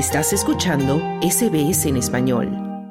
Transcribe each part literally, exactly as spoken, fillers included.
Estás escuchando S B S en español.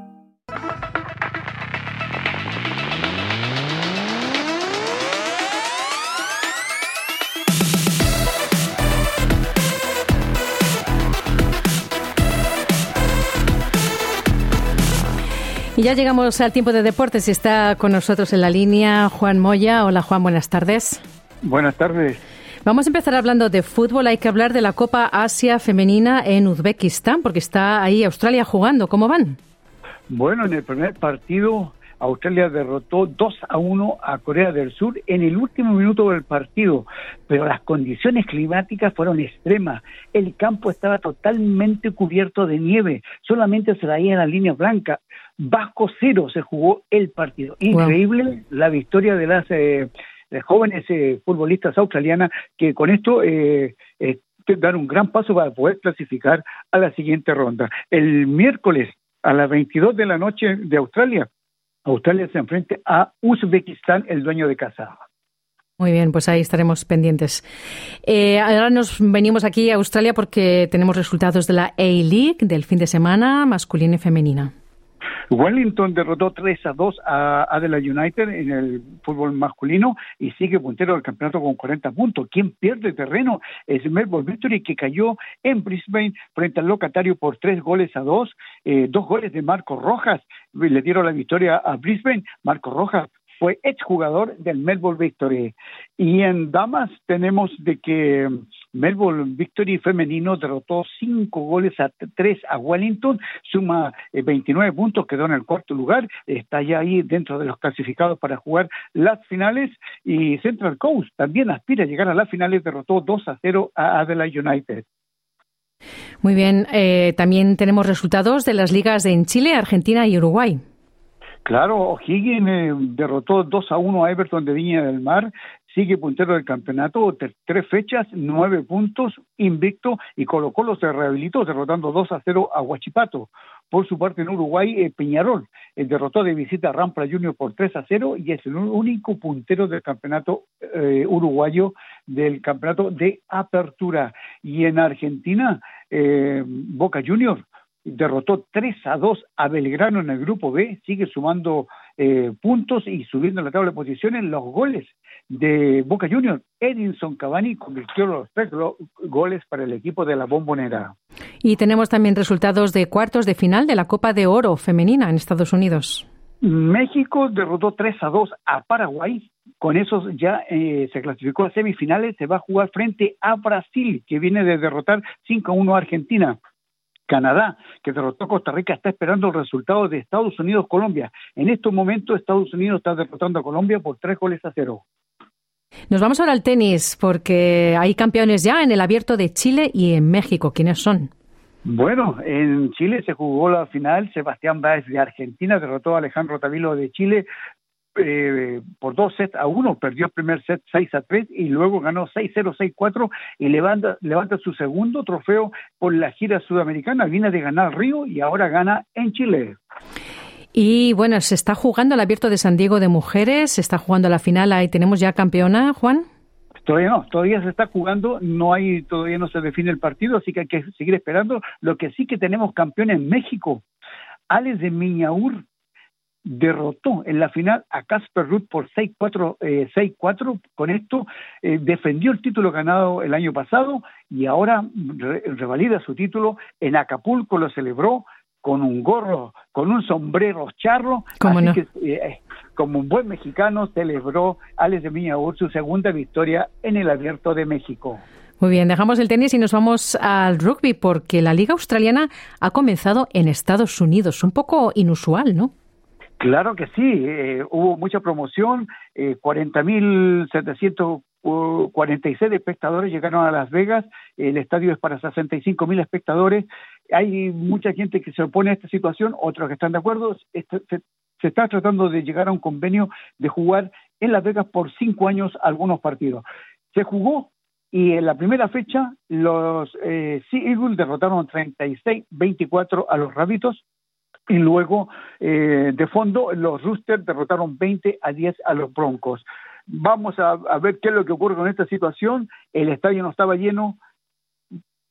Y ya llegamos al tiempo de deportes y está con nosotros en la línea Juan Moya. Hola Juan, buenas tardes. Buenas tardes. Vamos a empezar hablando de fútbol. Hay que hablar de la Copa Asia Femenina en Uzbekistán, porque está ahí Australia jugando. ¿Cómo van? Bueno, en el primer partido Australia derrotó dos a uno a Corea del Sur en el último minuto del partido, pero las condiciones climáticas fueron extremas. El campo estaba totalmente cubierto de nieve, solamente se veía la línea blanca. Bajo cero se jugó el partido. Increíble wow. La victoria de las eh, de jóvenes eh, futbolistas australianas que con esto eh, eh, dan un gran paso para poder clasificar a la siguiente ronda. El miércoles a las veintidós de la noche de Australia, Australia se enfrenta a Uzbekistán, el dueño de casa. Muy bien, pues ahí estaremos pendientes. Eh, ahora nos venimos aquí a Australia porque tenemos resultados de la A-League del fin de semana, masculina y femenina. Wellington derrotó tres a dos a Adelaide United en el fútbol masculino y sigue puntero del campeonato con cuarenta puntos. Quien pierde terreno es Melbourne Victory, que cayó en Brisbane frente al locatario por tres goles a dos. Eh, dos goles de Marco Rojas le dieron la victoria a Brisbane. Marco Rojas fue exjugador del Melbourne Victory. Y en damas tenemos de que Melbourne Victory femenino derrotó cinco goles a tres a Wellington, suma eh, veintinueve puntos, quedó en el cuarto lugar, está ya ahí dentro de los clasificados para jugar las finales. Y Central Coast también aspira a llegar a las finales, derrotó dos a cero a Adelaide United. Muy bien, eh, también tenemos resultados de las ligas en Chile, Argentina y Uruguay. Claro, O'Higgins eh, derrotó dos a uno a Everton de Viña del Mar, sigue puntero del campeonato, t- tres fechas, nueve puntos, invicto, y Colo Colo se rehabilitó derrotando dos a cero a Huachipato. Por su parte en Uruguay, eh, Peñarol eh, derrotó de visita a Rampla Junior por tres a cero y es el único puntero del campeonato eh, uruguayo, del campeonato de apertura. Y en Argentina, eh, Boca Junior derrotó tres a dos a Belgrano en el grupo B, sigue sumando eh, puntos y subiendo en la tabla de posiciones. Los goles de Boca Juniors, Edinson Cavani convirtió los tres go- goles para el equipo de la Bombonera. Y tenemos también resultados de cuartos de final de la Copa de Oro femenina en Estados Unidos. México derrotó tres a dos a Paraguay. Con eso ya eh, se clasificó a semifinales. Se va a jugar frente a Brasil, que viene de derrotar cinco a uno a Argentina. Canadá, que derrotó a Costa Rica, está esperando el resultado de Estados Unidos-Colombia. En estos momentos Estados Unidos está derrotando a Colombia por tres goles a cero. Nos vamos ahora al tenis, porque hay campeones ya en el Abierto de Chile y en México. ¿Quiénes son? Bueno, en Chile se jugó la final. Sebastián Báez de Argentina derrotó a Alejandro Tavilo de Chile Eh, por dos sets a uno, perdió el primer set seis a tres y luego ganó seis cero, seis cuatro y levanta, levanta su segundo trofeo por la gira sudamericana. Viene de ganar Río y ahora gana en Chile. Y bueno, se está jugando el Abierto de San Diego de mujeres, se está jugando la final, ahí tenemos ya campeona, Juan. Todavía no, todavía se está jugando, no hay, todavía no se define el partido, así que hay que seguir esperando. Lo que sí que tenemos campeón en México, Alex de Miñaur derrotó en la final a Casper Ruud por seis cuatro, eh, seis cuatro. Con esto eh, defendió el título ganado el año pasado y ahora re- revalida su título. En Acapulco lo celebró con un gorro, con un sombrero charro. ¿Cómo Así no? que, eh, como un buen mexicano, celebró Alex de Miñaur su segunda victoria en el Abierto de México. Muy bien, dejamos el tenis y nos vamos al rugby, porque la Liga Australiana ha comenzado en Estados Unidos, un poco inusual, ¿no? Claro que sí, eh, hubo mucha promoción, eh, cuarenta mil setecientos cuarenta y seis espectadores llegaron a Las Vegas, el estadio es para sesenta y cinco mil espectadores. Hay mucha gente que se opone a esta situación, otros que están de acuerdo. Este, se, se está tratando de llegar a un convenio de jugar en Las Vegas por cinco años algunos partidos. Se jugó y en la primera fecha los eh, Sea Eagles derrotaron treinta y seis veinticuatro a los Rabitos. Y luego, eh, de fondo, los Roosters derrotaron veinte a diez a los Broncos. Vamos a, a ver qué es lo que ocurre con esta situación. El estadio no estaba lleno.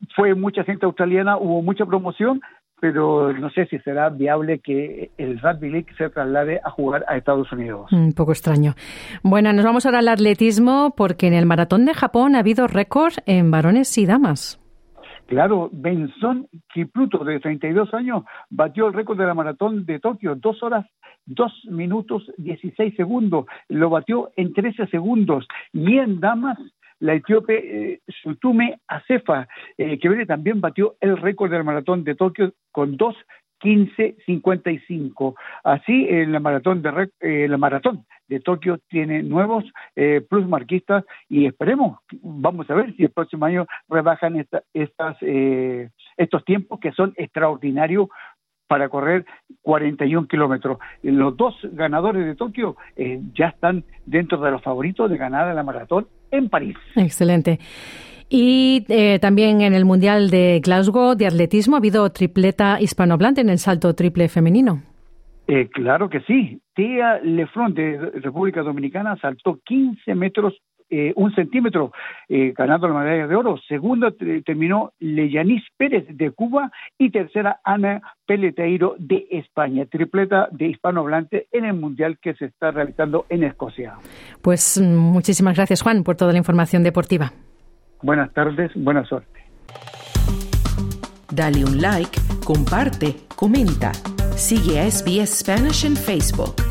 fue mucha gente australiana, hubo mucha promoción, pero no sé si será viable que el Rugby League se traslade a jugar a Estados Unidos. Un poco extraño. Bueno, nos vamos ahora al atletismo, porque en el maratón de Japón ha habido récord en varones y damas. Claro, Benson Kipruto, de treinta y dos años, batió el récord de la maratón de Tokio, dos horas, dos minutos, dieciséis segundos. Lo batió en trece segundos. Y en damas, la etíope eh, Sutume Asefa, eh, que viene, también batió el récord del maratón de Tokio con dos quince cincuenta y cinco. Así, en la maratón de eh, la maratón de Tokio tiene nuevos eh, plusmarquistas y esperemos, vamos a ver si el próximo año rebajan esta, estas eh, estos tiempos que son extraordinarios para correr cuarenta y un kilómetros. Los dos ganadores de Tokio eh, ya están dentro de los favoritos de ganar la maratón en París. Excelente. Y eh, también en el Mundial de Glasgow de atletismo ha habido tripleta hispanohablante en el salto triple femenino. Eh, claro que sí. Tia Lefron de República Dominicana saltó quince metros, eh, un centímetro, eh, ganando la medalla de oro. Segunda t- terminó Leyanis Pérez de Cuba y tercera Ana Peleteiro de España. Tripleta de hispanohablante en el Mundial que se está realizando en Escocia. Pues muchísimas gracias, Juan, por toda la información deportiva. Buenas tardes, buena suerte. Dale un like, comparte, comenta. Sigue a S B S Spanish en Facebook.